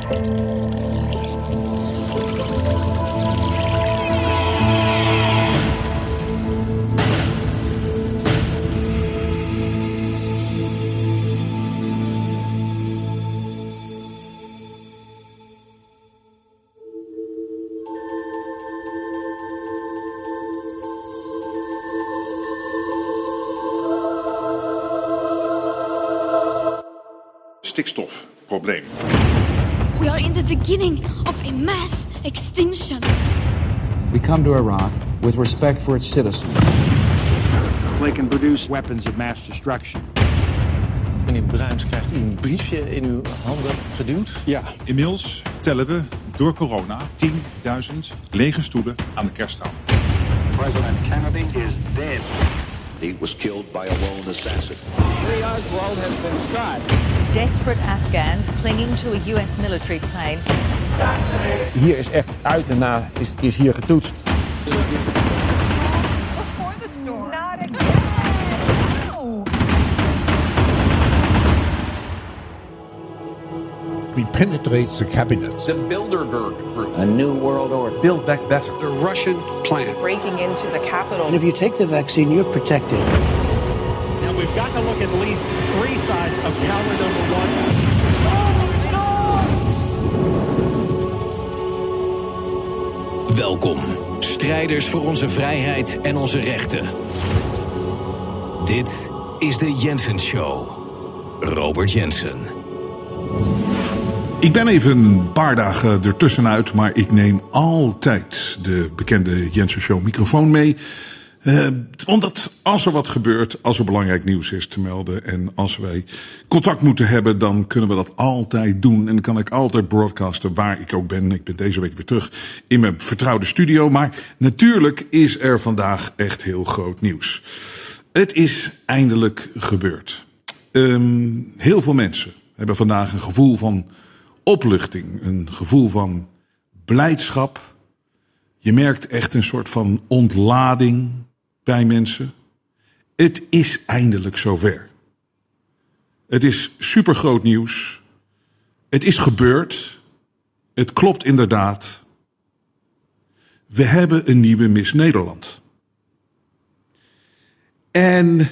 Stikstofprobleem. We are in the beginning of a mass extinction. We come to Iraq with respect for its citizens. They can produce Weapons of mass destruction. Meneer Bruins krijgt u een briefje in uw handen geduwd. Ja, inmiddels tellen we door corona 10.000 lege stoelen aan de kersttafel. President Kennedy is dead. He was killed by a lone assassin. Lee Oswald has been shot. Desperate Afghans clinging to a U.S. military plane. Hier is echt uit en na is hier getoetst. Before the storm. Not again. No. We penetrate the cabinet. De Bilderberg Group. A new world order. Build back better. The Russian plan. Breaking into the Capitol. And if you take the vaccine, you're protected. And we've got to look at least 3 sides of counter number 1. Welkom, strijders voor onze vrijheid en onze rechten. Dit is de Jensen Show. Robert Jensen. Ik ben even een paar dagen ertussenuit, maar ik neem altijd de bekende Jensen Show microfoon mee. Omdat als er wat gebeurt, als er belangrijk nieuws is te melden en als wij contact moeten hebben, dan kunnen we dat altijd doen. En dan kan ik altijd broadcasten waar ik ook ben. Ik ben deze week weer terug in mijn vertrouwde studio. Maar natuurlijk is er vandaag echt heel groot nieuws. Het is eindelijk gebeurd. Heel veel mensen hebben vandaag een gevoel van opluchting, een gevoel van blijdschap. Je merkt echt een soort van ontlading bij mensen. Het is eindelijk zover. Het is supergroot nieuws. Het is gebeurd. Het klopt inderdaad. We hebben een nieuwe Miss Nederland. En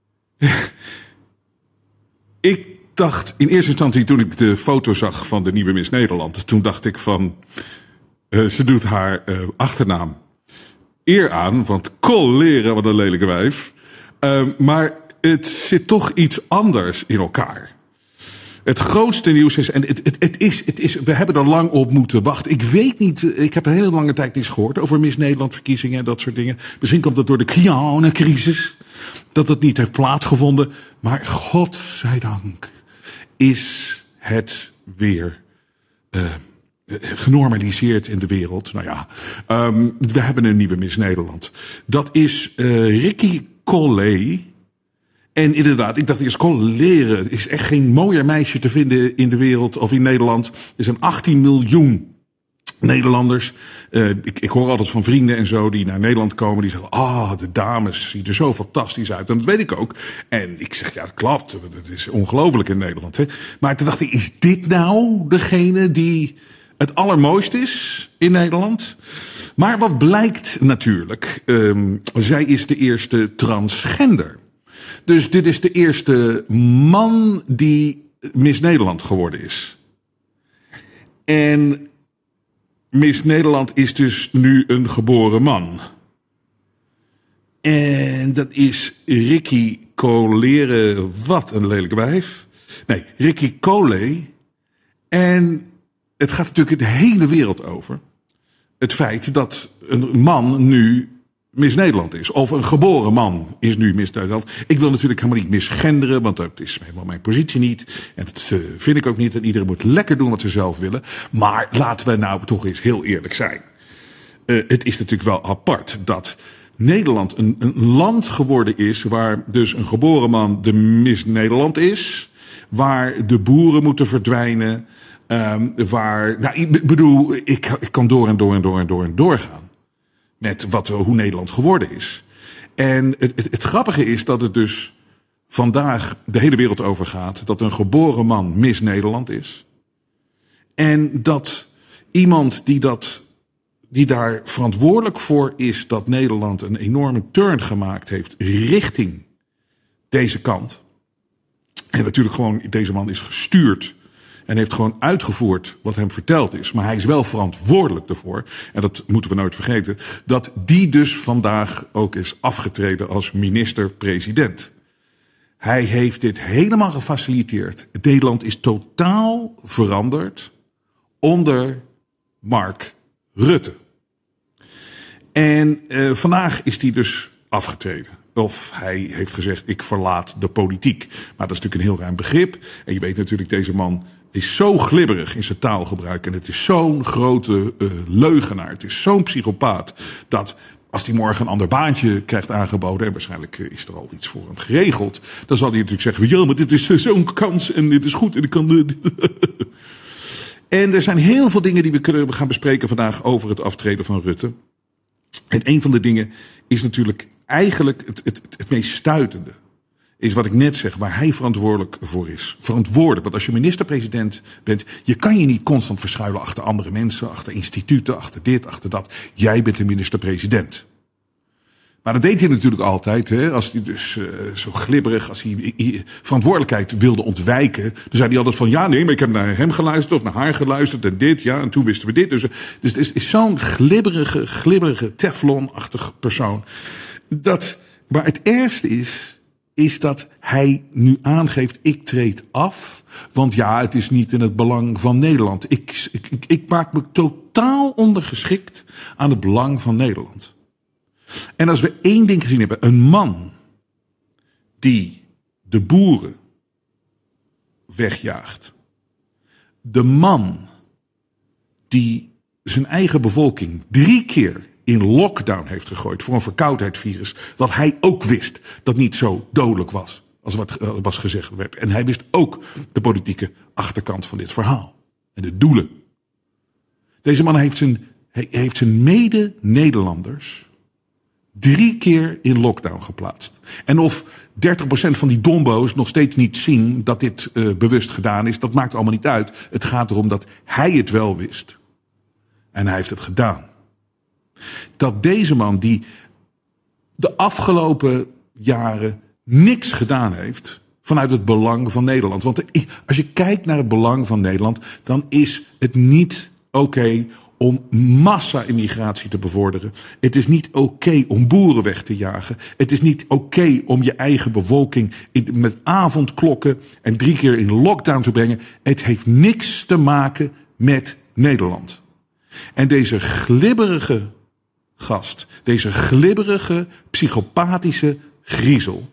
ik dacht in eerste instantie toen ik de foto zag van de nieuwe Miss Nederland, toen dacht ik van, ze doet haar achternaam eer aan, want koleren, wat een lelijke wijf. Maar het zit toch iets anders in elkaar. Het grootste nieuws is, en het is, we hebben er lang op moeten wachten. Ik weet niet, ik heb een hele lange tijd niets gehoord over Miss Nederland verkiezingen en dat soort dingen. Misschien komt dat door de coronacrisis, dat het niet heeft plaatsgevonden. Maar godzijdank is het weer genormaliseerd in de wereld. Nou ja, we hebben een nieuwe Miss Nederland. Dat is Ricky Collet. En inderdaad, ik dacht eerst, koleren. Er is echt geen mooier meisje te vinden in de wereld of in Nederland. Er zijn 18 miljoen Nederlanders. Ik hoor altijd van vrienden en zo die naar Nederland komen. Die zeggen, de dames zien er zo fantastisch uit. En dat weet ik ook. En ik zeg, ja, dat klopt. Het is ongelooflijk in Nederland. Hè? Maar toen dacht ik, is dit nou degene die het allermooist is in Nederland? Maar wat blijkt natuurlijk, zij is de eerste transgender. Dus dit is de eerste man die Miss Nederland geworden is. En Miss Nederland is dus nu een geboren man. En dat is Ricky Collet. Wat een lelijke wijf. Nee, Ricky Collet. En het gaat natuurlijk de hele wereld over. Het feit dat een man nu Miss Nederland is. Of een geboren man is nu Miss Nederland. Ik wil natuurlijk helemaal niet misgenderen, want dat is helemaal mijn positie niet. En dat vind ik ook niet. En iedereen moet lekker doen wat ze zelf willen. Maar laten we nou toch eens heel eerlijk zijn. Het is natuurlijk wel apart dat Nederland een land geworden is waar dus een geboren man de Miss Nederland is. Waar de boeren moeten verdwijnen. Ik kan door en doorgaan. Met hoe Nederland geworden is. En het grappige is dat het dus vandaag de hele wereld over gaat. Dat een geboren man Miss Nederland is. En dat iemand die daar verantwoordelijk voor is dat Nederland een enorme turn gemaakt heeft richting deze kant. En natuurlijk gewoon, deze man is gestuurd en heeft gewoon uitgevoerd wat hem verteld is. Maar hij is wel verantwoordelijk ervoor, en dat moeten we nooit vergeten, dat die dus vandaag ook is afgetreden als minister-president. Hij heeft dit helemaal gefaciliteerd. Nederland is totaal veranderd onder Mark Rutte. En vandaag is hij dus afgetreden. Of hij heeft gezegd, ik verlaat de politiek. Maar dat is natuurlijk een heel ruim begrip. En je weet natuurlijk, deze man is zo glibberig in zijn taalgebruik. En het is zo'n grote leugenaar. Het is zo'n psychopaat. Dat als hij morgen een ander baantje krijgt aangeboden, en waarschijnlijk is er al iets voor hem geregeld, dan zal hij natuurlijk zeggen, ja, maar dit is zo'n kans en dit is goed en ik kan... En er zijn heel veel dingen die we gaan bespreken vandaag over het aftreden van Rutte. En een van de dingen is natuurlijk eigenlijk het meest stuitende. Is wat ik net zeg, waar hij verantwoordelijk voor is. Verantwoordelijk, want als je minister-president bent, je kan je niet constant verschuilen achter andere mensen, achter instituten, achter dit, achter dat. Jij bent de minister-president. Maar dat deed hij natuurlijk altijd, hè? Als hij dus zo glibberig, als hij verantwoordelijkheid wilde ontwijken, dan zei hij altijd van, ja, nee, maar ik heb naar hem geluisterd of naar haar geluisterd en dit, ja, en toen wisten we dit. Dus het is zo'n glibberige teflonachtige persoon. Maar het ergste is dat hij nu aangeeft, ik treed af, want ja, het is niet in het belang van Nederland. Ik maak me totaal ondergeschikt aan het belang van Nederland. En als we één ding gezien hebben, een man die de boeren wegjaagt, de man die zijn eigen bevolking 3 keer in lockdown heeft gegooid voor een verkoudheidsvirus, wat hij ook wist dat niet zo dodelijk was als wat was gezegd werd. En hij wist ook de politieke achterkant van dit verhaal en de doelen. Deze man heeft zijn mede-Nederlanders 3 keer in lockdown geplaatst. En of 30% van die dombo's nog steeds niet zien dat dit bewust gedaan is, dat maakt allemaal niet uit. Het gaat erom dat hij het wel wist. En hij heeft het gedaan. Dat deze man die de afgelopen jaren niks gedaan heeft vanuit het belang van Nederland. Want als je kijkt naar het belang van Nederland, dan is het niet oké om massa-immigratie te bevorderen. Het is niet oké om boeren weg te jagen. Het is niet oké om je eigen bevolking met avondklokken en 3 keer in lockdown te brengen. Het heeft niks te maken met Nederland. En deze glibberige gast, deze glibberige, psychopathische griezel,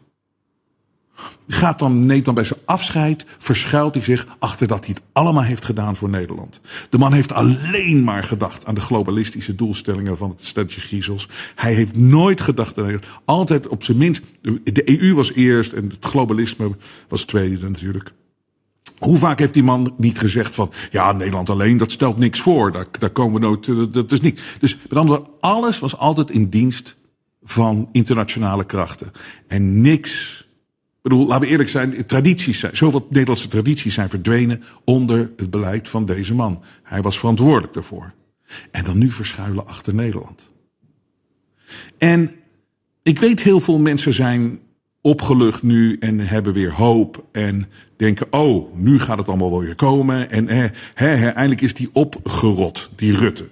neemt dan bij zijn afscheid, verschuilt hij zich achter dat hij het allemaal heeft gedaan voor Nederland. De man heeft alleen maar gedacht aan de globalistische doelstellingen van het stelletje griezels. Hij heeft nooit gedacht aan Nederland. Altijd op zijn minst, de EU was eerst en het globalisme was tweede natuurlijk. Hoe vaak heeft die man niet gezegd van, ja, Nederland alleen, dat stelt niks voor. Daar komen we nooit, dat is niks. Dus met andere woorden, alles was altijd in dienst van internationale krachten. En niks. Ik bedoel, laten we eerlijk zijn, tradities zijn, zoveel Nederlandse tradities zijn verdwenen onder het beleid van deze man. Hij was verantwoordelijk daarvoor. En dan nu verschuilen achter Nederland. En ik weet, heel veel mensen zijn opgelucht nu en hebben weer hoop en denken, oh, nu gaat het allemaal wel weer komen. En eindelijk is die opgerot, die Rutte.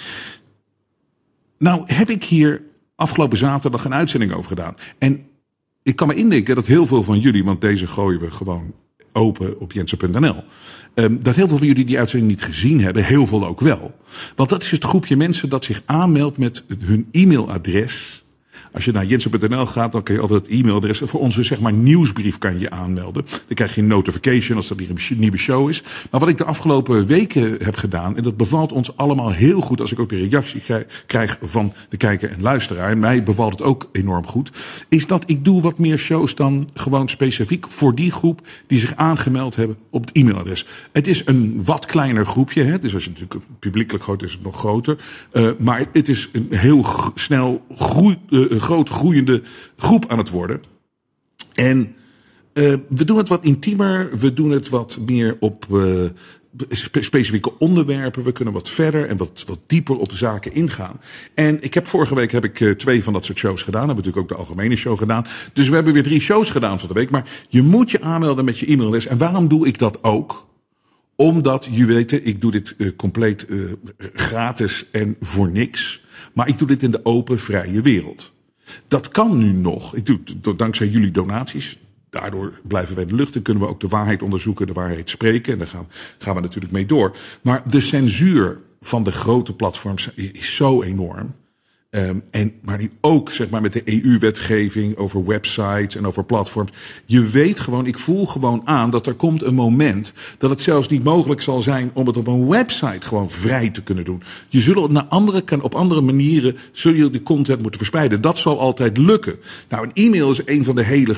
Nou heb ik hier afgelopen zaterdag een uitzending over gedaan. En ik kan me indenken dat heel veel van jullie, want deze gooien we gewoon open op jensen.nl. Dat heel veel van jullie die uitzending niet gezien hebben, heel veel ook wel. Want dat is het groepje mensen dat zich aanmeldt met hun e-mailadres. Als je naar jensen.nl gaat, dan kun je altijd het e-mailadres voor onze, zeg maar, nieuwsbrief kan je aanmelden. Dan krijg je een notification als er hier een nieuwe show is. Maar wat ik de afgelopen weken heb gedaan, en dat bevalt ons allemaal heel goed als ik ook de reactie krijg van de kijker en luisteraar, en mij bevalt het ook enorm goed, is dat ik doe wat meer shows dan gewoon specifiek voor die groep die zich aangemeld hebben op het e-mailadres. Het is een wat kleiner groepje, hè? Dus als je natuurlijk publiekelijk gooit, is het nog groter. Maar het is een heel snel groot groeiende groep aan het worden. En we doen het wat intiemer. We doen het wat meer op specifieke onderwerpen. We kunnen wat verder en wat dieper op de zaken ingaan. En vorige week heb ik 2 van dat soort shows gedaan. Hebben natuurlijk ook de algemene show gedaan. Dus we hebben weer 3 shows gedaan van de week. Maar je moet je aanmelden met je e-mailadres. En waarom doe ik dat ook? Omdat, je weet, ik doe dit compleet gratis en voor niks. Maar ik doe dit in de open, vrije wereld. Dat kan nu nog. Ik doe het dankzij jullie donaties. Daardoor blijven wij in de lucht en kunnen we ook de waarheid onderzoeken, de waarheid spreken. En daar gaan we natuurlijk mee door. Maar de censuur van de grote platforms is zo enorm. Maar die ook, zeg maar, met de EU-wetgeving over websites en over platforms. Je weet gewoon, ik voel gewoon aan dat er komt een moment dat het zelfs niet mogelijk zal zijn om het op een website gewoon vrij te kunnen doen. Je zult op andere manieren zul je de content moeten verspreiden. Dat zal altijd lukken. Nou, een e-mail is een van de hele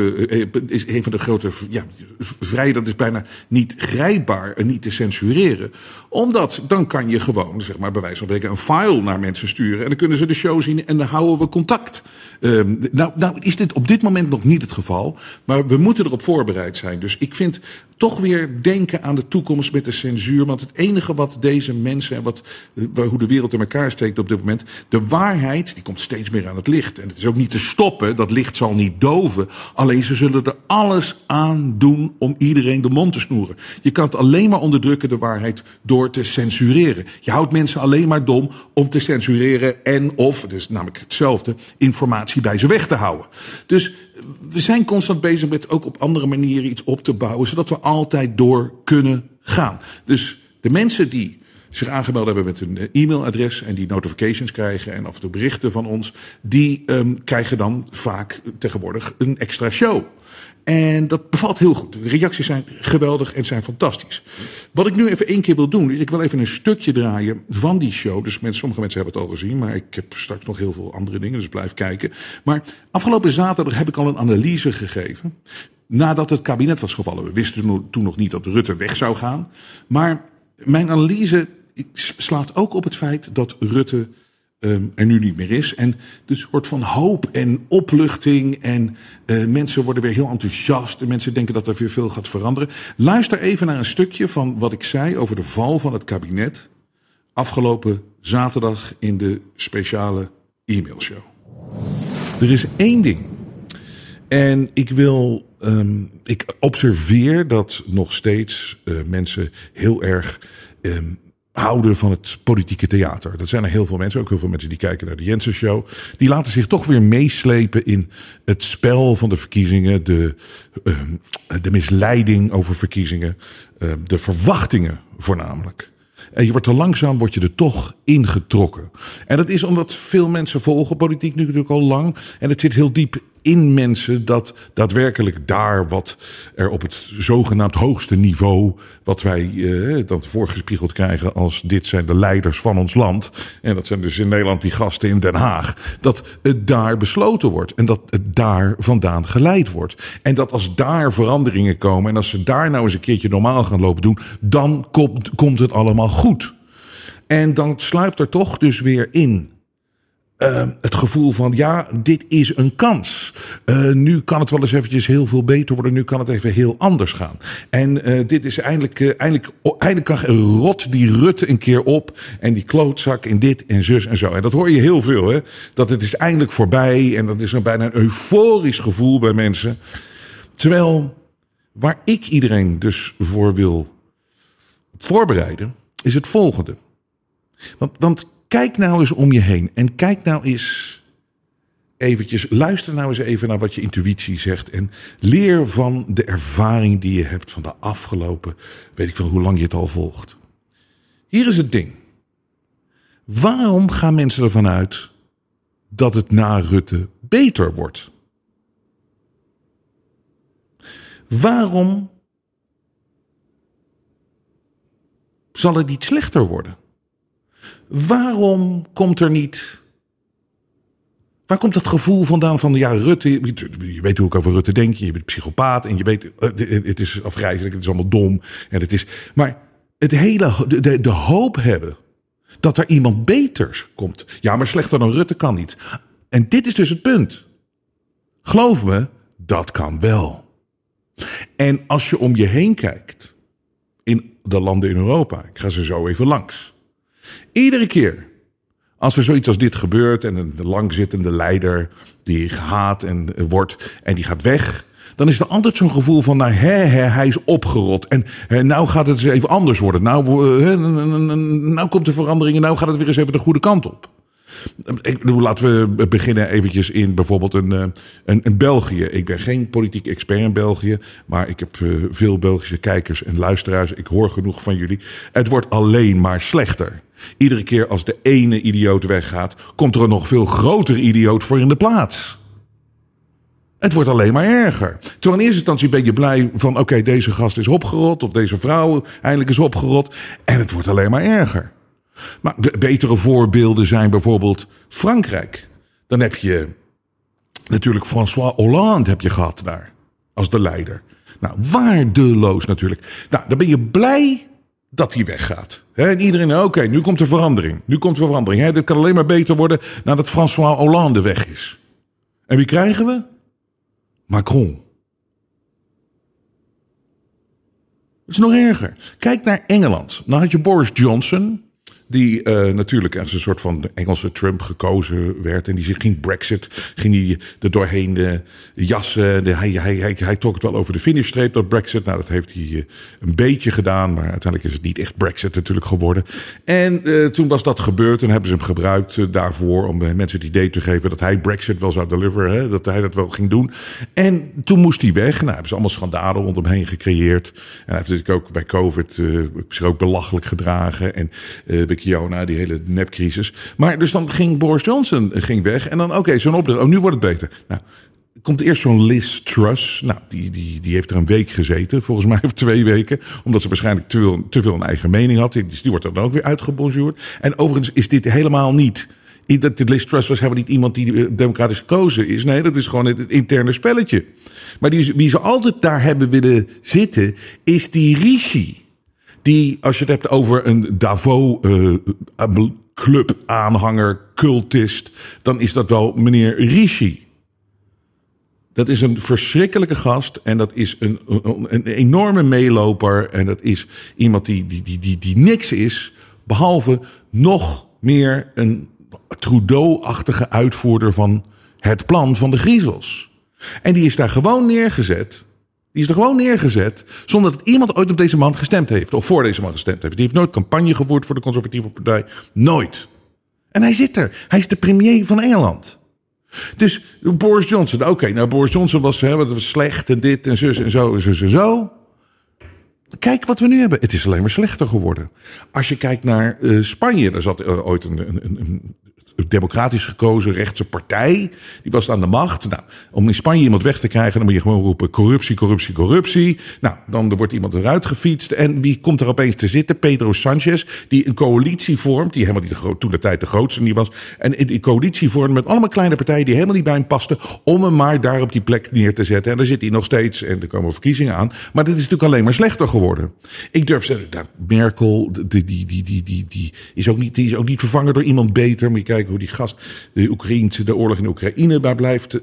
grote, vrij, dat is bijna niet grijpbaar en niet te censureren. Omdat dan kan je gewoon, zeg maar, bij wijze van spreken een file naar mensen sturen en dan kunnen ze de show zien en dan houden we contact. Nou is dit op dit moment nog niet het geval, maar we moeten erop voorbereid zijn. Dus ik vind toch weer denken aan de toekomst met de censuur, want het enige wat deze mensen en hoe de wereld in elkaar steekt op dit moment, de waarheid, die komt steeds meer aan het licht. En het is ook niet te stoppen, dat licht zal niet doven, alleen ze zullen er alles aan doen om iedereen de mond te snoeren. Je kan het alleen maar onderdrukken, de waarheid, door te censureren. Je houdt mensen alleen maar dom om te censureren of, het is namelijk hetzelfde, informatie bij ze weg te houden. Dus we zijn constant bezig met ook op andere manieren iets op te bouwen, zodat we altijd door kunnen gaan. Dus de mensen die zich aangemeld hebben met een e-mailadres en die notifications krijgen en af en toe berichten van ons, die krijgen dan vaak tegenwoordig een extra show. En dat bevalt heel goed. De reacties zijn geweldig en zijn fantastisch. Wat ik nu even 1 keer wil doen, is ik wil even een stukje draaien van die show. Dus sommige mensen hebben het al gezien, maar ik heb straks nog heel veel andere dingen, dus blijf kijken. Maar afgelopen zaterdag heb ik al een analyse gegeven. Nadat het kabinet was gevallen. We wisten toen nog niet dat Rutte weg zou gaan. Maar mijn analyse slaat ook op het feit dat Rutte er nu niet meer is. En dus wordt van hoop en opluchting en mensen worden weer heel enthousiast en mensen denken dat er weer veel gaat veranderen. Luister even naar een stukje van wat ik zei over de val van het kabinet afgelopen zaterdag in de speciale e-mailshow. Er is 1 ding. En ik observeer dat nog steeds mensen heel erg houden van het politieke theater. Dat zijn er heel veel mensen, ook heel veel mensen die kijken naar de Jensen Show. Die laten zich toch weer meeslepen in het spel van de verkiezingen, de misleiding over verkiezingen, de verwachtingen voornamelijk. En langzaam word je er toch ingetrokken. En dat is omdat veel mensen volgen politiek nu natuurlijk al lang. En het zit heel diep in mensen dat daadwerkelijk daar wat er op het zogenaamd hoogste niveau, wat wij dan voorgespiegeld krijgen als dit zijn de leiders van ons land. En dat zijn dus in Nederland die gasten in Den Haag. Dat het daar besloten wordt en dat het daar vandaan geleid wordt. En dat als daar veranderingen komen en als ze daar nou eens een keertje normaal gaan lopen doen, dan komt het allemaal goed. En dan sluipt er toch dus weer in het gevoel van, ja, dit is een kans. Nu kan het wel eens eventjes heel veel beter worden. Nu kan het even heel anders gaan. En dit is eindelijk kan rot die Rutte een keer op. En die klootzak en dit en zus en zo. En dat hoor je heel veel, hè. Dat het is eindelijk voorbij. En dat is dan bijna een euforisch gevoel bij mensen. Terwijl, waar ik iedereen dus voor wil voorbereiden, is het volgende. Want kijk nou eens om je heen en kijk nou eens eventjes, luister nou eens even naar wat je intuïtie zegt en leer van de ervaring die je hebt van de afgelopen, weet ik veel hoe lang je het al volgt. Hier is het ding. Waarom gaan mensen ervan uit dat het na Rutte beter wordt? Waarom zal het niet slechter worden? Waar komt dat gevoel vandaan van, ja, Rutte, je weet hoe ik over Rutte denk, je bent psychopaat en je weet, het is afgrijzelijk, het is allemaal dom. En het is, maar de hoop hebben dat er iemand beters komt. Ja, maar slechter dan Rutte kan niet. En dit is dus het punt. Geloof me, dat kan wel. En als je om je heen kijkt, in de landen in Europa. Ik ga ze zo even langs. Iedere keer als er zoiets als dit gebeurt en een langzittende leider die gehaat en wordt en die gaat weg, dan is er altijd zo'n gevoel van, hij is opgerot. En nou gaat het eens even anders worden. Nou komt de verandering en nou gaat het weer eens even de goede kant op. Ik bedoel, laten we beginnen eventjes in bijvoorbeeld een België. Ik ben geen politiek expert in België, maar ik heb veel Belgische kijkers en luisteraars. Ik hoor genoeg van jullie. Het wordt alleen maar slechter. Iedere keer als de ene idioot weggaat, komt er een nog veel grotere idioot voor in de plaats. Het wordt alleen maar erger. Terwijl in eerste instantie ben je blij van, oké, deze gast is opgerot, of deze vrouw eindelijk is opgerot. En het wordt alleen maar erger. Maar de betere voorbeelden zijn bijvoorbeeld Frankrijk. Dan heb je natuurlijk François Hollande heb je gehad daar, als de leider. Nou, waardeloos natuurlijk. Nou, dan ben je blij dat hij weggaat. En iedereen, oké, nu komt er verandering. Dit kan alleen maar beter worden nadat François Hollande weg is. En wie krijgen we? Macron. Het is nog erger. Kijk naar Engeland. Dan had je Boris Johnson, die natuurlijk als een soort van Engelse Trump gekozen werd. En die ging Brexit, ging hij er doorheen jassen. Hij trok het wel over de finishstreep, dat Brexit. Nou, dat heeft hij een beetje gedaan, maar uiteindelijk is het niet echt Brexit natuurlijk geworden. En toen was dat gebeurd en hebben ze hem gebruikt daarvoor om mensen het idee te geven dat hij Brexit wel zou deliveren, dat hij dat wel ging doen. En toen moest hij weg. Nou, hebben ze allemaal schandalen rondom heen gecreëerd. En hij heeft natuurlijk ook bij COVID zich ook belachelijk gedragen. En Kiona, die hele nepcrisis. Maar dus dan ging Boris Johnson weg. En dan, oké, zo'n opdracht. Oh, nu wordt het beter. Nou, komt eerst zo'n Liz Truss. Nou, die heeft er een week gezeten. Volgens mij of 2 weken. Omdat ze waarschijnlijk te veel een eigen mening had. Die wordt er dan ook weer uitgebonjourd. En overigens is dit helemaal niet. Dat Liz Truss was helemaal niet iemand die democratisch gekozen is. Nee, dat is gewoon het interne spelletje. Maar wie ze altijd daar hebben willen zitten, is die Rishi. Die, als je het hebt over een Davos-club-aanhanger, cultist, dan is dat wel meneer Rishi. Dat is een verschrikkelijke gast en dat is een enorme meeloper. En dat is iemand die niks is, behalve nog meer een Trudeau-achtige uitvoerder van het plan van de griezels. En die is daar gewoon neergezet. Die is er gewoon neergezet zonder dat iemand ooit op deze man gestemd heeft. Of voor deze man gestemd heeft. Die heeft nooit campagne gevoerd voor de conservatieve partij. Nooit. En hij zit er. Hij is de premier van Engeland. Dus Boris Johnson. Oké, Boris Johnson was slecht en dit en zus en zo en zus en zo. Kijk wat we nu hebben. Het is alleen maar slechter geworden. Als je kijkt naar Spanje. Daar zat ooit een democratisch gekozen rechtse partij. Die was aan de macht. Nou, om in Spanje iemand weg te krijgen, dan moet je gewoon roepen corruptie, corruptie, corruptie. Nou, dan wordt iemand eruit gefietst. En wie komt er opeens te zitten? Pedro Sanchez, die een coalitie vormt, die helemaal toen de tijd de grootste niet was. En die coalitie vormt met allemaal kleine partijen die helemaal niet bij hem pasten, om hem maar daar op die plek neer te zetten. En daar zit hij nog steeds en er komen verkiezingen aan. Maar dit is natuurlijk alleen maar slechter geworden. Ik durf zeggen, Merkel, die is ook niet vervangen door iemand beter. Maar je kijkt hoe die gast de oorlog in Oekraïne daar blijft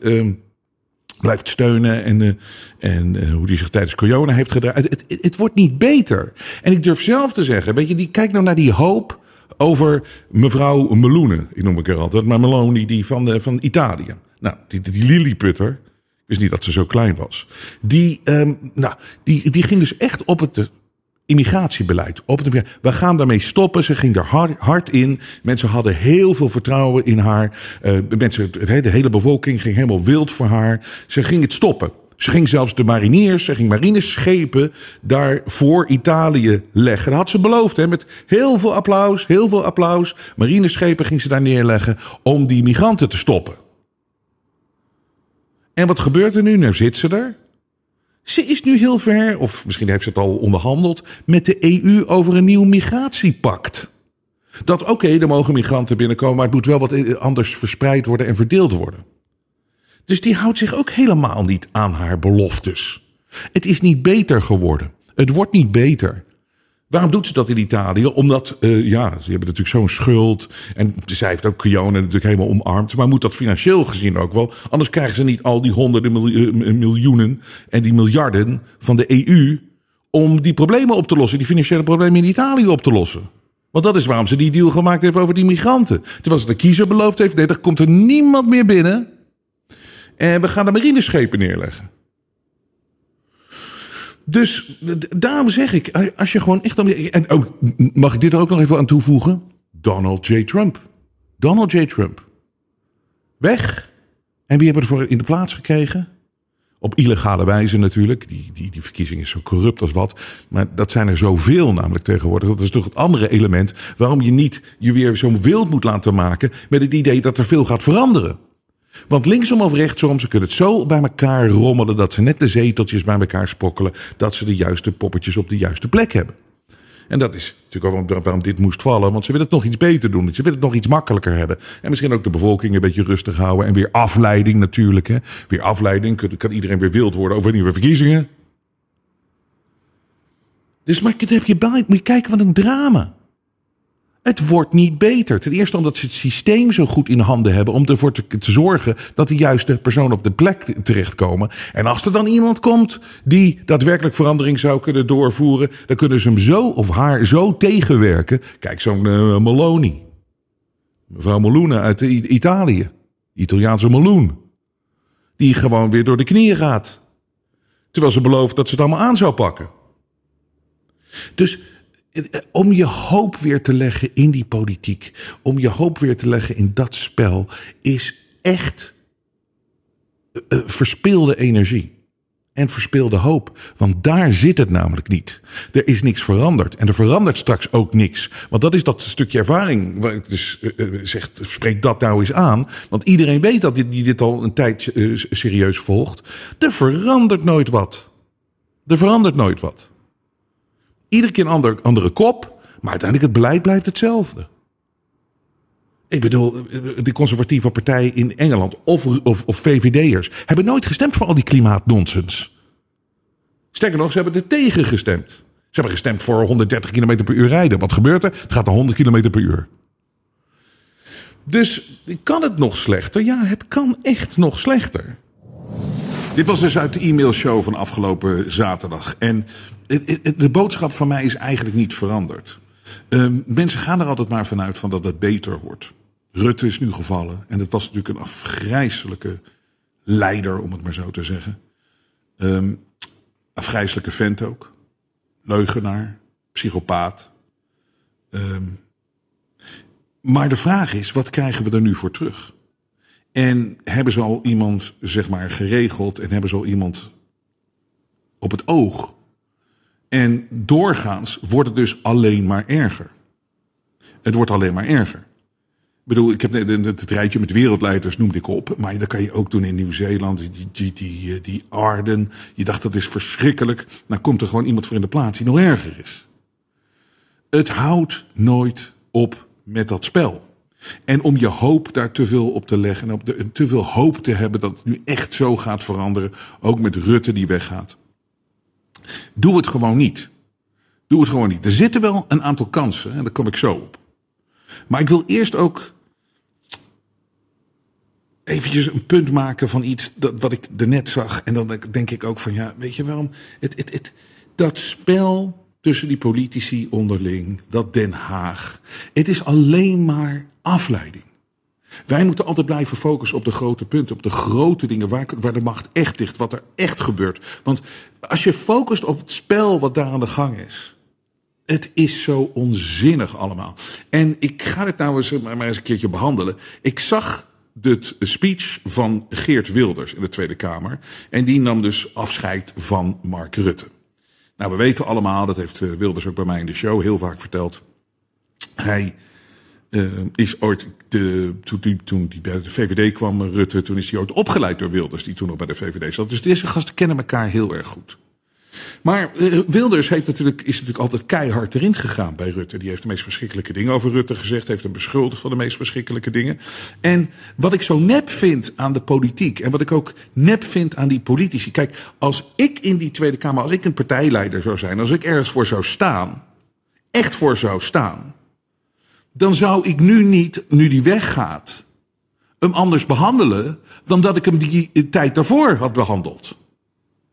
steunen en hoe die zich tijdens corona heeft gedragen. Het wordt niet beter. En ik durf zelf te zeggen, weet je, kijk nou naar die hoop over mevrouw Meloni, ik noem ik haar altijd, maar Meloni die van Italië. Nou, die Lilliputter, ik wist niet dat ze zo klein was. Die ging dus echt op het immigratiebeleid. We gaan daarmee stoppen. Ze ging er hard in. Mensen hadden heel veel vertrouwen in haar. De hele bevolking ging helemaal wild voor haar. Ze ging het stoppen. Ze ging zelfs marineschepen daar voor Italië leggen. Dat had ze beloofd, met heel veel applaus. Marineschepen ging ze daar neerleggen om die migranten te stoppen. En wat gebeurt er nu? Nou zit ze er. Ze is nu heel ver, of misschien heeft ze het al onderhandeld, met de EU over een nieuw migratiepact. Dat er mogen migranten binnenkomen, maar het moet wel wat anders verspreid worden en verdeeld worden. Dus die houdt zich ook helemaal niet aan haar beloftes. Het is niet beter geworden. Het wordt niet beter. Waarom doet ze dat in Italië? Omdat, ze hebben natuurlijk zo'n schuld. En zij heeft ook Kiona natuurlijk helemaal omarmd. Maar moet dat financieel gezien ook wel. Anders krijgen ze niet al die honderden miljoenen en die miljarden van de EU om die problemen op te lossen, die financiële problemen in Italië op te lossen. Want dat is waarom ze die deal gemaakt heeft over die migranten. Terwijl ze de kiezer beloofd heeft, nee, er komt er niemand meer binnen. En we gaan de marineschepen neerleggen. Dus daarom zeg ik, als je gewoon echt... En mag ik dit er ook nog even aan toevoegen? Donald J. Trump. Donald J. Trump. Weg. En wie hebben ervoor in de plaats gekregen? Op illegale wijze natuurlijk. Die verkiezing is zo corrupt als wat. Maar dat zijn er zoveel namelijk tegenwoordig. Dat is toch het andere element waarom je niet je weer zo wild moet laten maken met het idee dat er veel gaat veranderen. Want linksom of rechtsom, ze kunnen het zo bij elkaar rommelen dat ze net de zeteltjes bij elkaar sprokkelen, dat ze de juiste poppetjes op de juiste plek hebben. En dat is natuurlijk ook waarom dit moest vallen, want ze willen het nog iets beter doen. Ze willen het nog iets makkelijker hebben. En misschien ook de bevolking een beetje rustig houden. En weer afleiding natuurlijk. Hè. Weer afleiding, kan iedereen weer wild worden over nieuwe verkiezingen. Dus maar heb je moet je kijken, wat een drama. Het wordt niet beter. Ten eerste omdat ze het systeem zo goed in handen hebben om ervoor te zorgen dat de juiste personen op de plek terechtkomen. En als er dan iemand komt die daadwerkelijk verandering zou kunnen doorvoeren, dan kunnen ze hem zo of haar zo tegenwerken. Kijk, zo'n Meloni. Mevrouw Meloni uit Italië. Italiaanse meloen. Die gewoon weer door de knieën gaat. Terwijl ze belooft dat ze het allemaal aan zou pakken. Dus om je hoop weer te leggen in die politiek, om je hoop weer te leggen in dat spel, is echt verspilde energie. En verspilde hoop. Want daar zit het namelijk niet. Er is niks veranderd. En er verandert straks ook niks. Want dat is dat stukje ervaring waar ik dus zeg, spreek dat nou eens aan. Want iedereen weet dat die dit al een tijd serieus volgt. Er verandert nooit wat. Er verandert nooit wat. Iedere keer een andere kop, maar uiteindelijk het beleid blijft hetzelfde. Ik bedoel, de conservatieve partij in Engeland of VVD'ers hebben nooit gestemd voor al die klimaatnonsens. Sterker nog, ze hebben er tegen gestemd. Ze hebben gestemd voor 130 km per uur rijden. Wat gebeurt er? Het gaat naar 100 km per uur. Dus kan het nog slechter? Ja, het kan echt nog slechter. Dit was dus uit de e-mailshow van afgelopen zaterdag. En de boodschap van mij is eigenlijk niet veranderd. Mensen gaan er altijd maar vanuit van dat het beter wordt. Rutte is nu gevallen. En dat was natuurlijk een afgrijselijke leider, om het maar zo te zeggen. Afgrijselijke vent ook. Leugenaar. Psychopaat. Maar de vraag is, wat krijgen we er nu voor terug? En hebben ze al iemand, zeg maar, geregeld en hebben ze al iemand op het oog? En doorgaans wordt het dus alleen maar erger. Het wordt alleen maar erger. Ik bedoel, ik heb het rijtje met wereldleiders noemde ik op, maar dat kan je ook doen in Nieuw-Zeeland, die Arden. Je dacht dat is verschrikkelijk. Nou komt er gewoon iemand voor in de plaats die nog erger is. Het houdt nooit op met dat spel. En om je hoop daar te veel op te leggen en te veel hoop te hebben dat het nu echt zo gaat veranderen, ook met Rutte die weggaat. Doe het gewoon niet. Doe het gewoon niet. Er zitten wel een aantal kansen en daar kom ik zo op. Maar ik wil eerst ook eventjes een punt maken van iets wat ik daarnet zag. En dan denk ik ook van, ja, weet je waarom? Dat spel tussen die politici onderling, dat Den Haag. Het is alleen maar afleiding. Wij moeten altijd blijven focussen op de grote punten, op de grote dingen, waar de macht echt ligt, wat er echt gebeurt. Want als je focust op het spel wat daar aan de gang is, het is zo onzinnig allemaal. En ik ga dit nou eens maar eens een keertje behandelen. Ik zag de speech van Geert Wilders in de Tweede Kamer en die nam dus afscheid van Mark Rutte. Nou, we weten allemaal, dat heeft Wilders ook bij mij in de show heel vaak verteld. Hij is ooit, toen hij bij de VVD kwam, Rutte, toen is hij ooit opgeleid door Wilders, die toen nog bij de VVD zat. Dus deze gasten kennen elkaar heel erg goed. Maar Wilders is natuurlijk altijd keihard erin gegaan bij Rutte. Die heeft de meest verschrikkelijke dingen over Rutte gezegd. Heeft hem beschuldigd van de meest verschrikkelijke dingen. En wat ik zo nep vind aan de politiek. En wat ik ook nep vind aan die politici. Kijk, als ik in die Tweede Kamer, als ik een partijleider zou zijn. Als ik ergens voor zou staan. Echt voor zou staan. Dan zou ik nu niet, nu die weggaat, hem anders behandelen dan dat ik hem die tijd daarvoor had behandeld.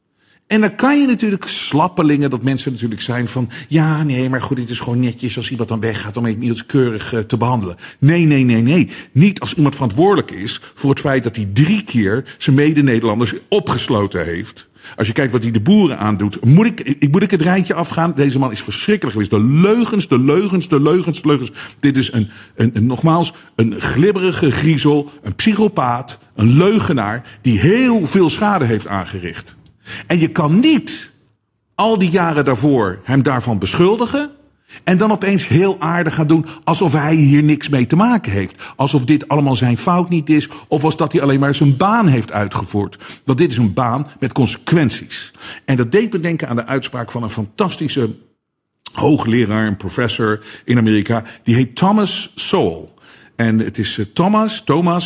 En dan kan je natuurlijk slappelingen, dat mensen natuurlijk zijn van, ja, nee, maar goed, dit is gewoon netjes als iemand dan weggaat om iemand keurig te behandelen. Nee. Niet als iemand verantwoordelijk is voor het feit dat hij 3 keer zijn mede-Nederlanders opgesloten heeft. Als je kijkt wat hij de boeren aandoet, moet ik het rijtje afgaan? Deze man is verschrikkelijk geweest. De leugens. Dit is nogmaals een glibberige griezel, een psychopaat, een leugenaar die heel veel schade heeft aangericht. En je kan niet al die jaren daarvoor hem daarvan beschuldigen en dan opeens heel aardig gaan doen alsof hij hier niks mee te maken heeft. Alsof dit allemaal zijn fout niet is of als dat hij alleen maar zijn baan heeft uitgevoerd. Want dit is een baan met consequenties. En dat deed me denken aan de uitspraak van een fantastische hoogleraar, een professor in Amerika. Die heet Thomas Sowell. En het is Thomas,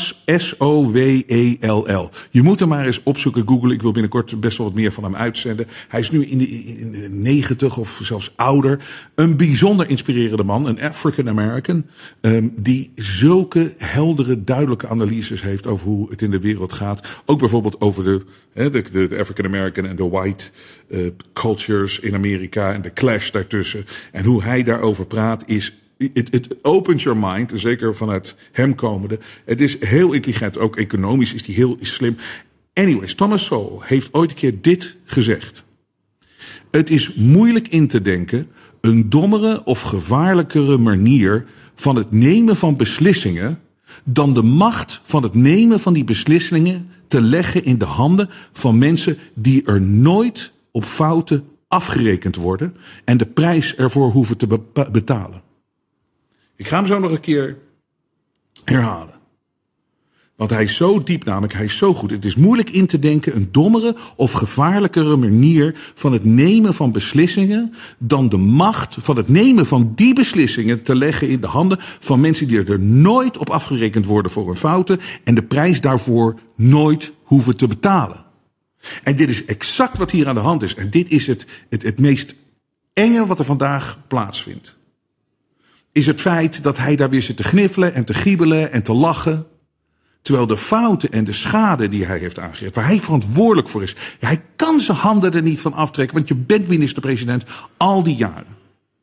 S-O-W-E-L-L. Je moet hem maar eens opzoeken, googlen. Ik wil binnenkort best wel wat meer van hem uitzenden. Hij is nu in de 90 of zelfs ouder. Een bijzonder inspirerende man, een African American. Die zulke heldere, duidelijke analyses heeft over hoe het in de wereld gaat. Ook bijvoorbeeld over de African American en de white cultures in Amerika en de clash daartussen. En hoe hij daarover praat is... Het opent your mind, zeker vanuit hem komende. Het is heel intelligent, ook economisch is hij heel slim. Anyways, Thomas Sowell heeft ooit een keer dit gezegd. Het is moeilijk in te denken een dommere of gevaarlijkere manier van het nemen van beslissingen dan de macht van het nemen van die beslissingen te leggen in de handen van mensen die er nooit op fouten afgerekend worden en de prijs ervoor hoeven te betalen. Ik ga hem zo nog een keer herhalen. Want hij is zo diep namelijk, hij is zo goed. Het is moeilijk in te denken een dommere of gevaarlijkere manier van het nemen van beslissingen dan de macht van het nemen van die beslissingen te leggen in de handen van mensen die er nooit op afgerekend worden voor hun fouten en de prijs daarvoor nooit hoeven te betalen. En dit is exact wat hier aan de hand is. En dit is het meest enge wat er vandaag plaatsvindt. Is het feit dat hij daar weer zit te gniffelen en te giebelen en te lachen. Terwijl de fouten en de schade die hij heeft aangericht, waar hij verantwoordelijk voor is. Ja, hij kan zijn handen er niet van aftrekken, want je bent minister-president al die jaren.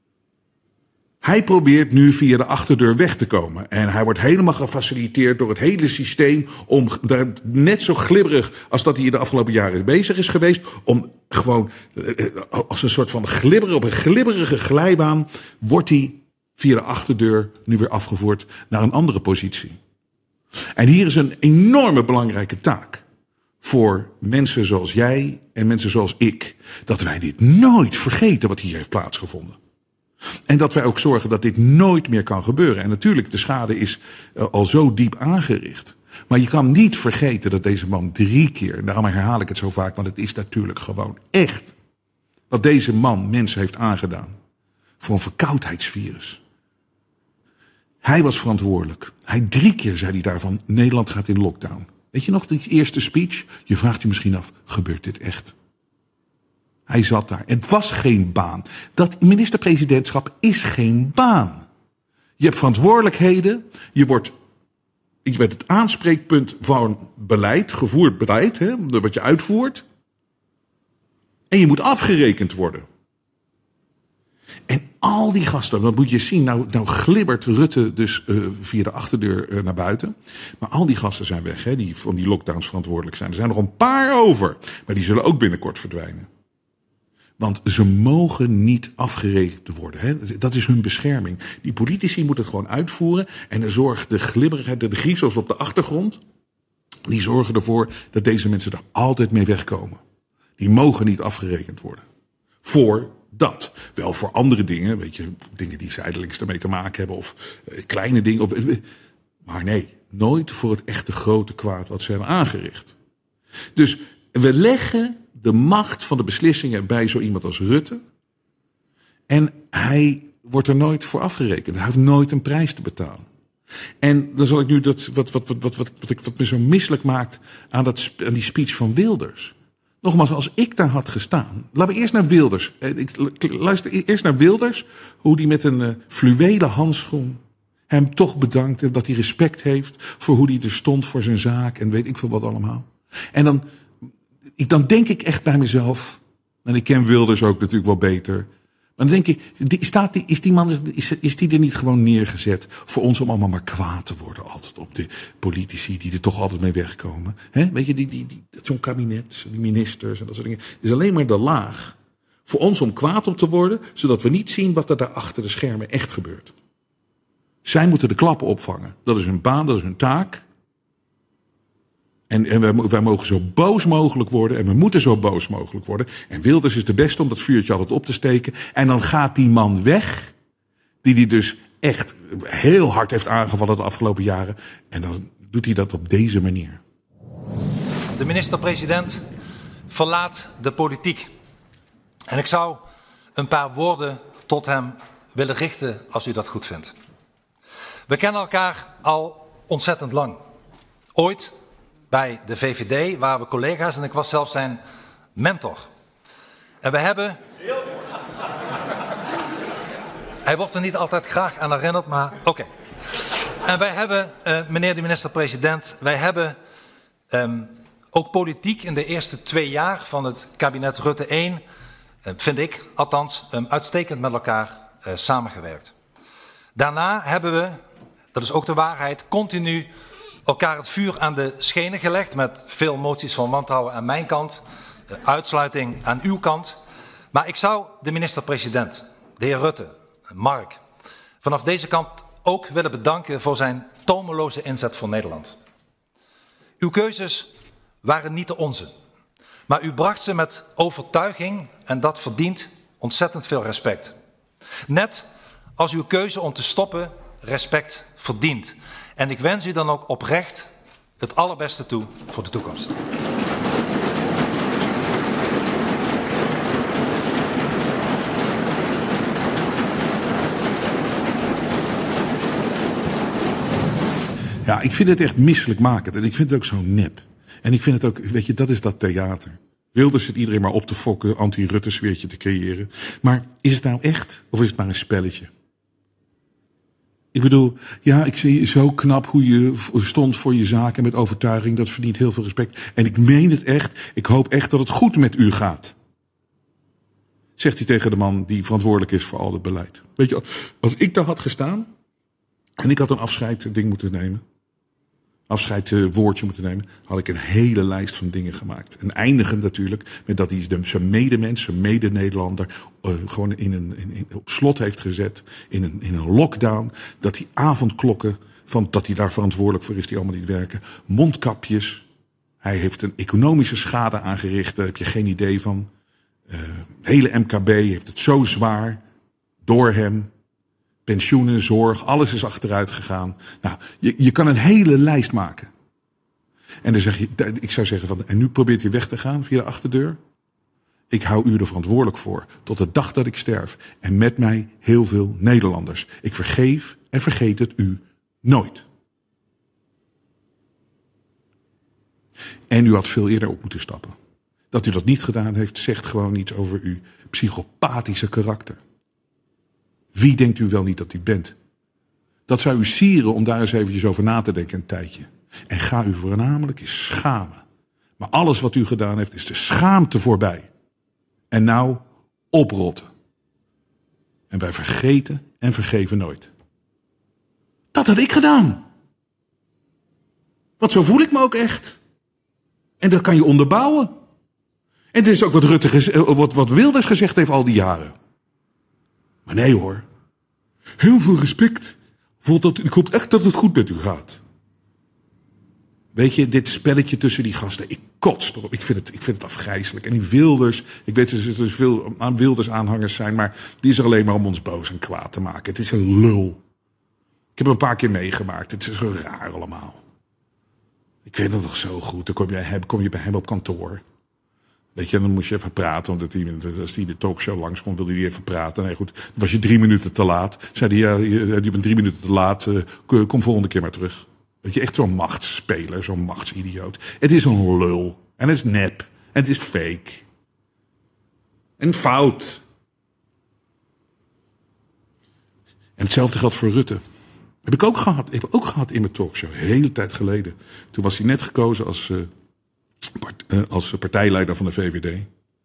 Hij probeert nu via de achterdeur weg te komen. En hij wordt helemaal gefaciliteerd door het hele systeem om daar net zo glibberig als dat hij de afgelopen jaren bezig is geweest. Om gewoon als een soort van op een glibberige glijbaan wordt hij via de achterdeur nu weer afgevoerd naar een andere positie. En hier is een enorme belangrijke taak voor mensen zoals jij en mensen zoals ik. Dat wij dit nooit vergeten wat hier heeft plaatsgevonden. En dat wij ook zorgen dat dit nooit meer kan gebeuren. En natuurlijk, de schade is al zo diep aangericht. Maar je kan niet vergeten dat deze man 3 keer, en daarom herhaal ik het zo vaak, want het is natuurlijk gewoon echt, wat deze man mensen heeft aangedaan voor een verkoudheidsvirus. Hij was verantwoordelijk. 3 keer zei hij daarvan, Nederland gaat in lockdown. Weet je nog, die eerste speech? Je vraagt je misschien af, gebeurt dit echt? Hij zat daar. Het was geen baan. Dat minister-presidentschap is geen baan. Je hebt verantwoordelijkheden. Je bent het aanspreekpunt van beleid, gevoerd beleid, wat je uitvoert. En je moet afgerekend worden. En al die gasten, dat moet je zien, nou glibbert Rutte dus via de achterdeur naar buiten. Maar al die gasten zijn weg, die van die lockdowns verantwoordelijk zijn. Er zijn nog een paar over, maar die zullen ook binnenkort verdwijnen. Want ze mogen niet afgerekend worden. Dat is hun bescherming. Die politici moeten het gewoon uitvoeren. En dan zorgt de glibberigheid, de griezels op de achtergrond, die zorgen ervoor dat deze mensen er altijd mee wegkomen. Die mogen niet afgerekend worden. Voor dat. Wel voor andere dingen, weet je, dingen die zijdelings ermee te maken hebben. Of kleine dingen. Maar nee, nooit voor het echte grote kwaad wat ze hebben aangericht. Dus we leggen de macht van de beslissingen bij zo iemand als Rutte. En hij wordt er nooit voor afgerekend. Hij hoeft nooit een prijs te betalen. En dan zal ik nu wat me zo misselijk maakt aan die speech van Wilders. Nogmaals, als ik daar had gestaan. Laten we eerst naar Wilders. Luister eerst naar Wilders. Hoe die met een fluwelen handschoen hem toch bedankt. En dat hij respect heeft voor hoe hij er stond voor zijn zaak. En weet ik veel wat allemaal. En dan denk ik echt bij mezelf. En ik ken Wilders ook natuurlijk wel beter. Maar dan denk ik, is die man is die er niet gewoon neergezet voor ons om allemaal maar kwaad te worden? Altijd op de politici die er toch altijd mee wegkomen. He? Weet je, zo'n kabinet, die ministers en dat soort dingen. Het is alleen maar de laag voor ons om kwaad op te worden, zodat we niet zien wat er daar achter de schermen echt gebeurt. Zij moeten de klappen opvangen. Dat is hun baan, dat is hun taak. En wij mogen zo boos mogelijk worden. En we moeten zo boos mogelijk worden. En Wilders is de beste om dat vuurtje altijd op te steken. En dan gaat die man weg. Die dus echt heel hard heeft aangevallen de afgelopen jaren. En dan doet hij dat op deze manier. De minister-president verlaat de politiek. En ik zou een paar woorden tot hem willen richten als u dat goed vindt. We kennen elkaar al ontzettend lang. Ooit bij de VVD waren we collega's en ik was zelfs zijn mentor. En we hebben... Hij wordt er niet altijd graag aan herinnerd, maar oké. En wij hebben, meneer de minister-president, wij hebben ook politiek in de eerste 2 jaar van het kabinet Rutte 1, vind ik althans, uitstekend met elkaar samengewerkt. Daarna hebben we, dat is ook de waarheid, continu elkaar het vuur aan de schenen gelegd met veel moties van wantrouwen aan mijn kant, uitsluiting aan uw kant. Maar ik zou de minister-president, de heer Rutte, Mark, vanaf deze kant ook willen bedanken voor zijn tomeloze inzet voor Nederland. Uw keuzes waren niet de onze, maar u bracht ze met overtuiging en dat verdient ontzettend veel respect. Net als uw keuze om te stoppen respect verdient. En ik wens u dan ook oprecht het allerbeste toe voor de toekomst. Ja, ik vind het echt misselijkmakend. En ik vind het ook zo nep. En ik vind het ook, weet je, dat is dat theater. Wilders zit iedereen maar op te fokken, anti-Rutte sfeertje te creëren. Maar is het nou echt of is het maar een spelletje? Ik bedoel, ja, ik zie zo knap hoe je stond voor je zaken met overtuiging. Dat verdient heel veel respect. En ik meen het echt. Ik hoop echt dat het goed met u gaat. Zegt hij tegen de man die verantwoordelijk is voor al het beleid. Weet je, als ik daar had gestaan en ik had een afscheidding moeten nemen, afscheidswoordje moeten nemen, had ik een hele lijst van dingen gemaakt. En eindigend natuurlijk met dat hij zijn medemens, zijn mede-Nederlander gewoon op slot heeft gezet. In een lockdown. Dat die avondklokken, dat hij daar verantwoordelijk voor is, die allemaal niet werken. Mondkapjes. Hij heeft een economische schade aangericht. Daar heb je geen idee van. Hele MKB heeft het zo zwaar. Door hem. Pensioenen, zorg, alles is achteruit gegaan. Nou, je kan een hele lijst maken. En dan zeg je, ik zou zeggen van, en nu probeert u weg te gaan via de achterdeur. Ik hou u er verantwoordelijk voor, tot de dag dat ik sterf. En met mij heel veel Nederlanders. Ik vergeef en vergeet het u nooit. En u had veel eerder op moeten stappen. Dat u dat niet gedaan heeft, zegt gewoon iets over uw psychopathische karakter. Wie denkt u wel niet dat u bent? Dat zou u sieren om daar eens eventjes over na te denken een tijdje. En ga u voornamelijk eens schamen. Maar alles wat u gedaan heeft is de schaamte voorbij. En nou oprotten. En wij vergeten en vergeven nooit. Dat had ik gedaan. Want zo voel ik me ook echt. En dat kan je onderbouwen. En dit is ook wat Wilders gezegd heeft al die jaren. Maar nee hoor. Heel veel respect. Ik hoop echt dat het goed met u gaat. Weet je, dit spelletje tussen die gasten, ik kots erop. Ik vind het afgrijselijk. En die Wilders, ik weet dat er veel Wilders aanhangers zijn, maar die is er alleen maar om ons boos en kwaad te maken. Het is een lul. Ik heb hem een paar keer meegemaakt. Het is zo raar allemaal. Ik weet dat toch zo goed. Dan kom je bij hem op kantoor. Weet je, dan moest je even praten, want als hij de talkshow langskomt, wilde hij even praten. Nee, goed, dan was je 3 minuten te laat. Zei hij, ja, je bent 3 minuten te laat, kom volgende keer maar terug. Weet je, echt zo'n machtsspeler, zo'n machtsidioot. Het is een lul. En het is nep. En het is fake. En fout. En hetzelfde geldt voor Rutte. Heb ik ook gehad in mijn talkshow, een hele tijd geleden. Toen was hij net gekozen als partijleider van de VVD.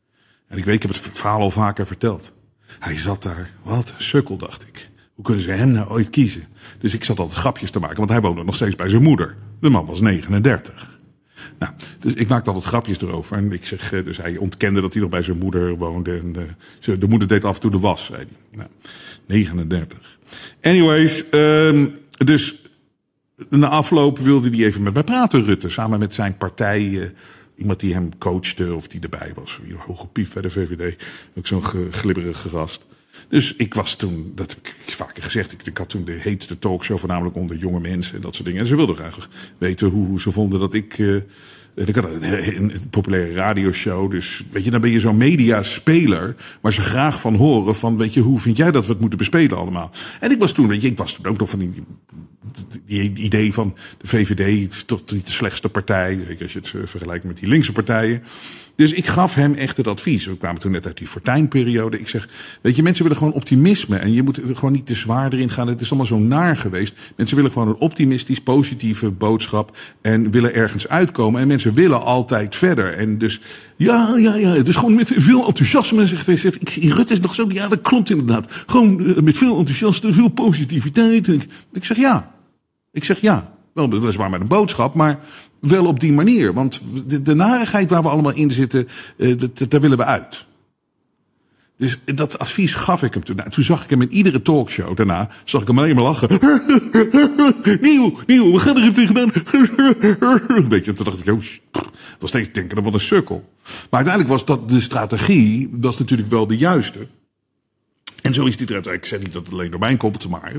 En ik heb het verhaal al vaker verteld. Hij zat daar, wat een sukkel, dacht ik. Hoe kunnen ze hem nou ooit kiezen? Dus ik zat altijd grapjes te maken, want hij woonde nog steeds bij zijn moeder. De man was 39. Nou, dus ik maakte altijd grapjes erover. En ik zeg, dus hij ontkende dat hij nog bij zijn moeder woonde. En de moeder deed af en toe de was, zei hij. Nou, 39. Anyways, dus na afloop wilde hij even met mij praten, Rutte. Samen met zijn partij, iemand die hem coachte of die erbij was. Hoge pief bij de VVD. Ook zo'n glibberige gast. Dus ik was toen, dat heb ik vaker gezegd, ik had toen de heetste talkshow, voornamelijk onder jonge mensen en dat soort dingen. En ze wilden graag weten hoe ze vonden dat ik had een populaire radioshow, dus weet je, dan ben je zo'n mediaspeler, waar ze graag van horen van, weet je, hoe vind jij dat we het moeten bespelen allemaal? En ik was toen ook nog van die idee van de VVD, toch niet de slechtste partij, als je het vergelijkt met die linkse partijen. Dus ik gaf hem echt het advies. We kwamen toen net uit die Fortuyn-periode. Ik zeg, weet je, mensen willen gewoon optimisme. En je moet er gewoon niet te zwaar erin gaan. Het is allemaal zo naar geweest. Mensen willen gewoon een optimistisch, positieve boodschap. En willen ergens uitkomen. En mensen willen altijd verder. En dus, ja. Dus gewoon met veel enthousiasme. Rutte is nog zo, ja, dat klopt inderdaad. Gewoon met veel enthousiasme, veel positiviteit. Ik zeg ja. Wel, weliswaar met een boodschap, maar wel op die manier. Want de narigheid waar we allemaal in zitten, daar willen we uit. Dus dat advies gaf ik hem toen. Nou, toen zag ik hem in iedere talkshow daarna, zag ik hem alleen maar lachen. Nieuw, we gaan er even tegenaan. Een beetje, en toen dacht ik, nog steeds denken, dat was een sukkel. Maar uiteindelijk was dat de strategie, dat is natuurlijk wel de juiste. En zo is die eruit. Ik zeg niet dat het alleen door mijn komt, maar...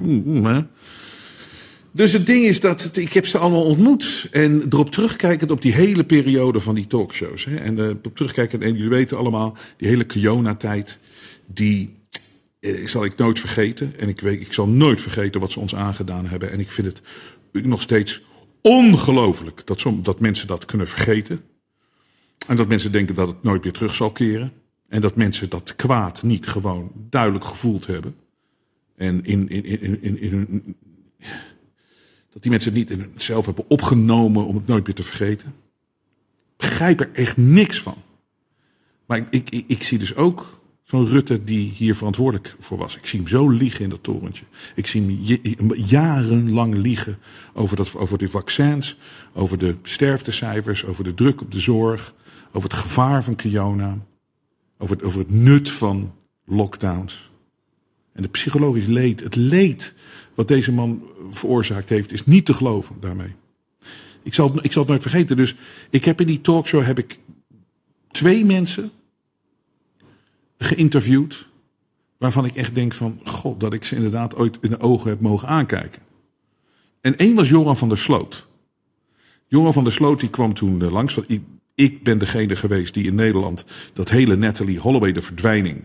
Dus het ding is dat ik heb ze allemaal ontmoet. En erop terugkijkend op die hele periode van die talkshows. Hè, en op terugkijkend, en jullie weten allemaal, die hele Kiona-tijd, die zal ik nooit vergeten. En ik zal nooit vergeten wat ze ons aangedaan hebben. En ik vind het nog steeds ongelooflijk dat mensen dat kunnen vergeten. En dat mensen denken dat het nooit meer terug zal keren. En dat mensen dat kwaad niet gewoon duidelijk gevoeld hebben. En dat die mensen het niet zelf hebben opgenomen om het nooit meer te vergeten. Ik begrijp er echt niks van. Maar ik zie dus ook zo'n Rutte die hier verantwoordelijk voor was. Ik zie hem zo liegen in dat torentje. Ik zie hem jarenlang liegen over de vaccins, over de sterftecijfers, over de druk op de zorg, over het gevaar van Kiona, over het nut van lockdowns. En het psychologisch leed, het leed wat deze man veroorzaakt heeft, is niet te geloven daarmee. Ik zal het nooit vergeten. Dus ik heb in die talkshow 2 mensen geïnterviewd, waarvan ik echt denk van, god, dat ik ze inderdaad ooit in de ogen heb mogen aankijken. En 1 was Joran van der Sloot. Joran van der Sloot die kwam toen langs. Ik ben degene geweest die in Nederland dat hele Natalie Holloway, de verdwijning,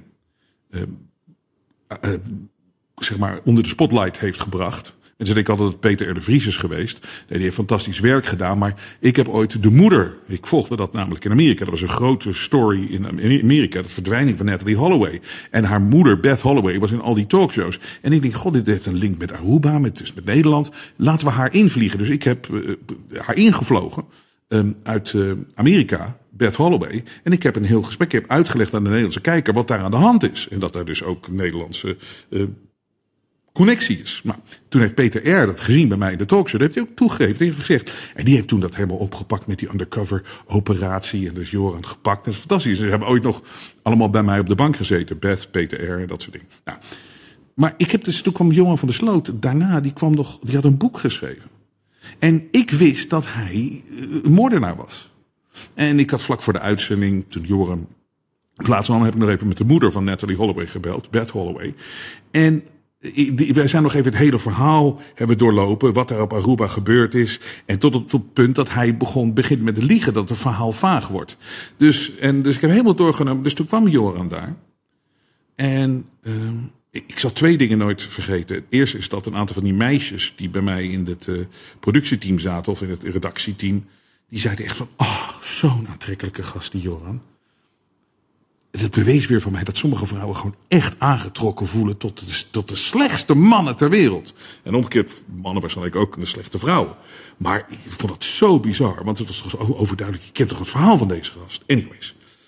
zeg maar onder de spotlight heeft gebracht. En ze denken altijd dat Peter R. de Vries is geweest. Nee, die heeft fantastisch werk gedaan. Maar ik heb ooit de moeder, ik volgde dat namelijk in Amerika. Dat was een grote story in Amerika, de verdwijning van Natalie Holloway. En haar moeder, Beth Holloway, was in al die talkshows. En ik denk, god, dit heeft een link met Aruba, met Nederland. Laten we haar invliegen. Dus ik heb haar ingevlogen uit Amerika, Beth Holloway. En ik heb een heel gesprek, ik heb uitgelegd aan de Nederlandse kijker wat daar aan de hand is. En dat daar dus ook Nederlandse connectie is. Maar toen heeft Peter R. dat gezien bij mij in de talkshow. Dat heeft hij ook toegegeven. Dat heeft gezegd. En die heeft toen dat helemaal opgepakt met die undercover operatie. En dus Joran gepakt. Dat is fantastisch. Ze hebben ooit nog allemaal bij mij op de bank gezeten. Beth, Peter R. en dat soort dingen. Nou, maar toen kwam Joran van der Sloot. Daarna, die had een boek geschreven. En ik wist dat hij een moordenaar was. En ik had vlak voor de uitzending, toen Joran plaatsnam, heb ik nog even met de moeder van Natalie Holloway gebeld. Beth Holloway. En wij zijn nog even het hele verhaal hebben doorlopen, wat daar op Aruba gebeurd is. En tot het punt dat hij begint met de liegen, dat het verhaal vaag wordt. Dus ik heb helemaal doorgenomen. Dus toen kwam Joran daar. En ik zal 2 dingen nooit vergeten. Het eerste is dat een aantal van die meisjes die bij mij in het productieteam zaten, of in het redactieteam, die zeiden echt van, zo'n aantrekkelijke gast die Joran. Het bewees weer van mij dat sommige vrouwen gewoon echt aangetrokken voelen tot de slechtste mannen ter wereld. En omgekeerd, mannen waarschijnlijk ook de slechte vrouwen. Maar ik vond het zo bizar, want het was toch overduidelijk, je kent toch het verhaal van deze gast. Anyways.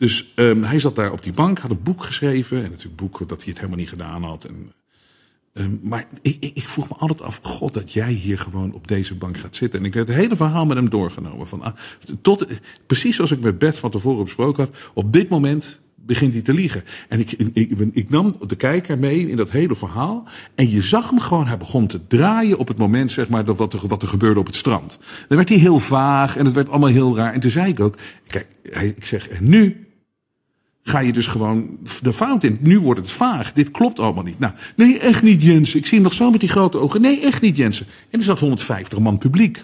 Dus hij zat daar op die bank, had een boek geschreven. En natuurlijk een boek dat hij het helemaal niet gedaan had. Maar ik vroeg me altijd af, God, dat jij hier gewoon op deze bank gaat zitten. En ik heb het hele verhaal met hem doorgenomen. Precies zoals ik met Beth van tevoren besproken had. Op dit moment begint hij te liegen. En ik nam de kijker mee in dat hele verhaal. En je zag hem gewoon, hij begon te draaien op het moment, zeg maar, wat er gebeurde op het strand. Dan werd hij heel vaag en het werd allemaal heel raar. En toen zei ik ook, kijk, ik zeg, en nu ga je dus gewoon de fout in. Nu wordt het vaag. Dit klopt allemaal niet. Nou, nee, echt niet, Jensen. Ik zie hem nog zo met die grote ogen. Nee, echt niet, Jensen. En er zat 150 man publiek.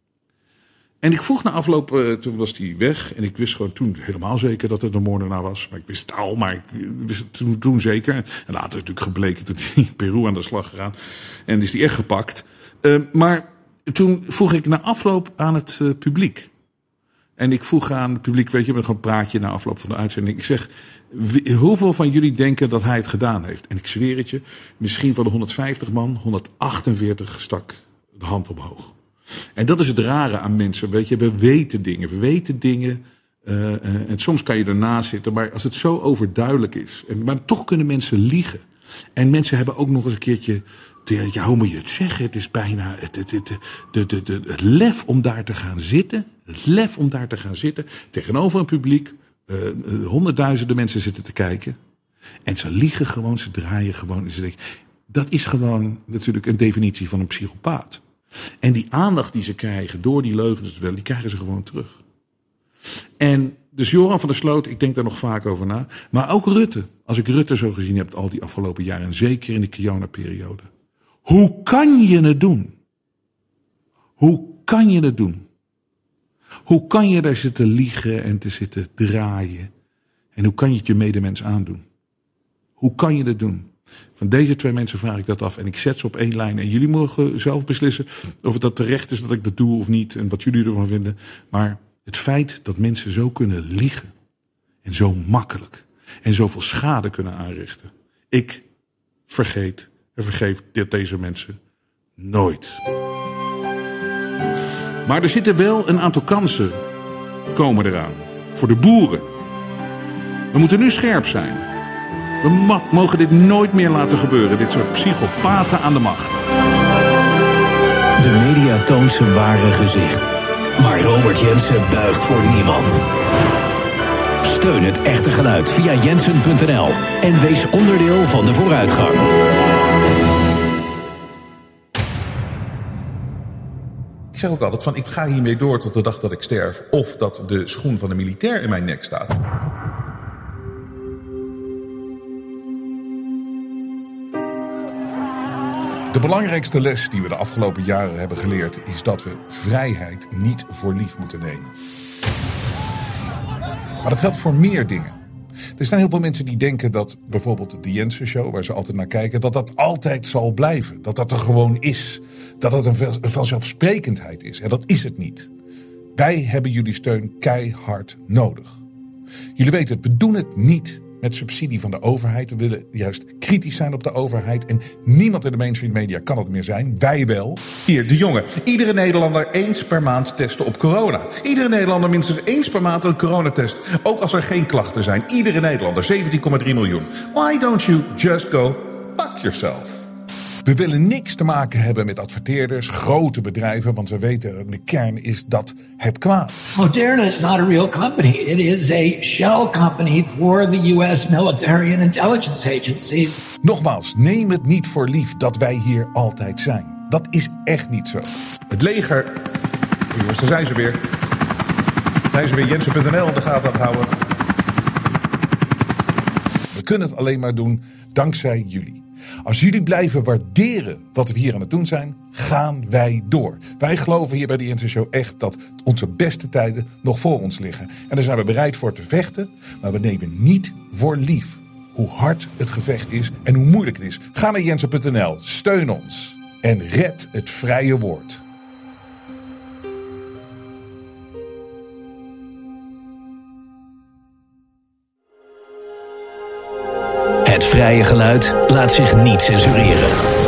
En ik vroeg na afloop, toen was hij weg. En ik wist gewoon toen helemaal zeker dat het een moordenaar was. Maar ik wist het al, maar ik wist het toen zeker. En later natuurlijk gebleken, toen hij in Peru aan de slag gegaan. En is hij echt gepakt. Maar toen vroeg ik na afloop aan het publiek. En ik vroeg aan het publiek, weet je, met een praatje na afloop van de uitzending. Ik zeg, hoeveel van jullie denken dat hij het gedaan heeft? En ik zweer het je, misschien van de 150 man, 148 stak de hand omhoog. En dat is het rare aan mensen, weet je. We weten dingen. En soms kan je ernaast zitten, maar als het zo overduidelijk is. Maar toch kunnen mensen liegen. En mensen hebben ook nog eens een keertje, ja, hoe moet je het zeggen? Het is bijna het lef om daar te gaan zitten. Het lef om daar te gaan zitten. Tegenover een publiek. Honderdduizenden mensen zitten te kijken. En ze liegen gewoon, ze draaien gewoon. Dat is gewoon natuurlijk een definitie van een psychopaat. En die aandacht die ze krijgen door die leugens, die krijgen ze gewoon terug. En dus Joran van der Sloot, ik denk daar nog vaak over na. Maar ook Rutte. Als ik Rutte zo gezien heb al die afgelopen jaren. En zeker in de Kiona-periode. Hoe kan je het doen? Hoe kan je het doen? Hoe kan je daar zitten liegen en te zitten draaien? En hoe kan je het je medemens aandoen? Hoe kan je dat doen? Van deze twee mensen vraag ik dat af. En ik zet ze op één lijn. En jullie mogen zelf beslissen of het dat terecht is dat ik dat doe of niet. En wat jullie ervan vinden. Maar het feit dat mensen zo kunnen liegen. En zo makkelijk. En zoveel schade kunnen aanrichten. Ik vergeef deze mensen nooit. Maar er zitten wel een aantal kansen komen eraan. Voor de boeren. We moeten nu scherp zijn. We mogen dit nooit meer laten gebeuren. Dit soort psychopaten aan de macht. De media toont zijn ware gezicht. Maar Robert Jensen buigt voor niemand. Steun het echte geluid via jensen.nl. En wees onderdeel van de vooruitgang. Ik zeg ook altijd van, ik ga hiermee door tot de dag dat ik sterf. Of dat de schoen van de militair in mijn nek staat. De belangrijkste les die we de afgelopen jaren hebben geleerd is dat we vrijheid niet voor lief moeten nemen. Maar dat geldt voor meer dingen. Er zijn heel veel mensen die denken dat bijvoorbeeld de Jensen Show, waar ze altijd naar kijken, dat dat altijd zal blijven. Dat dat er gewoon is. Dat het een vanzelfsprekendheid is. En dat is het niet. Wij hebben jullie steun keihard nodig. Jullie weten het, we doen het niet met subsidie van de overheid. We willen juist kritisch zijn op de overheid. En niemand in de mainstream media kan het meer zijn. Wij wel. Hier, de jongen. Iedere Nederlander eens per maand testen op corona. Iedere Nederlander minstens eens per maand een coronatest. Ook als er geen klachten zijn. Iedere Nederlander, 17,3 miljoen. Why don't you just go fuck yourself? We willen niks te maken hebben met adverteerders, grote bedrijven, want we weten, de kern is dat het kwaad. Moderna is not a real company. It is a shell company for the US military and intelligence agencies. Nogmaals, neem het niet voor lief dat wij hier altijd zijn. Dat is echt niet zo. Het leger, jongens, daar zijn ze weer. Zijn ze weer, Jensen.nl in de gaten aan het houden. We kunnen het alleen maar doen dankzij jullie. Als jullie blijven waarderen wat we hier aan het doen zijn, gaan wij door. Wij geloven hier bij de Jensen Show echt dat onze beste tijden nog voor ons liggen. En daar zijn we bereid voor te vechten, maar we nemen niet voor lief hoe hard het gevecht is en hoe moeilijk het is. Ga naar Jensen.nl, steun ons en red het vrije woord. Het vrije geluid laat zich niet censureren.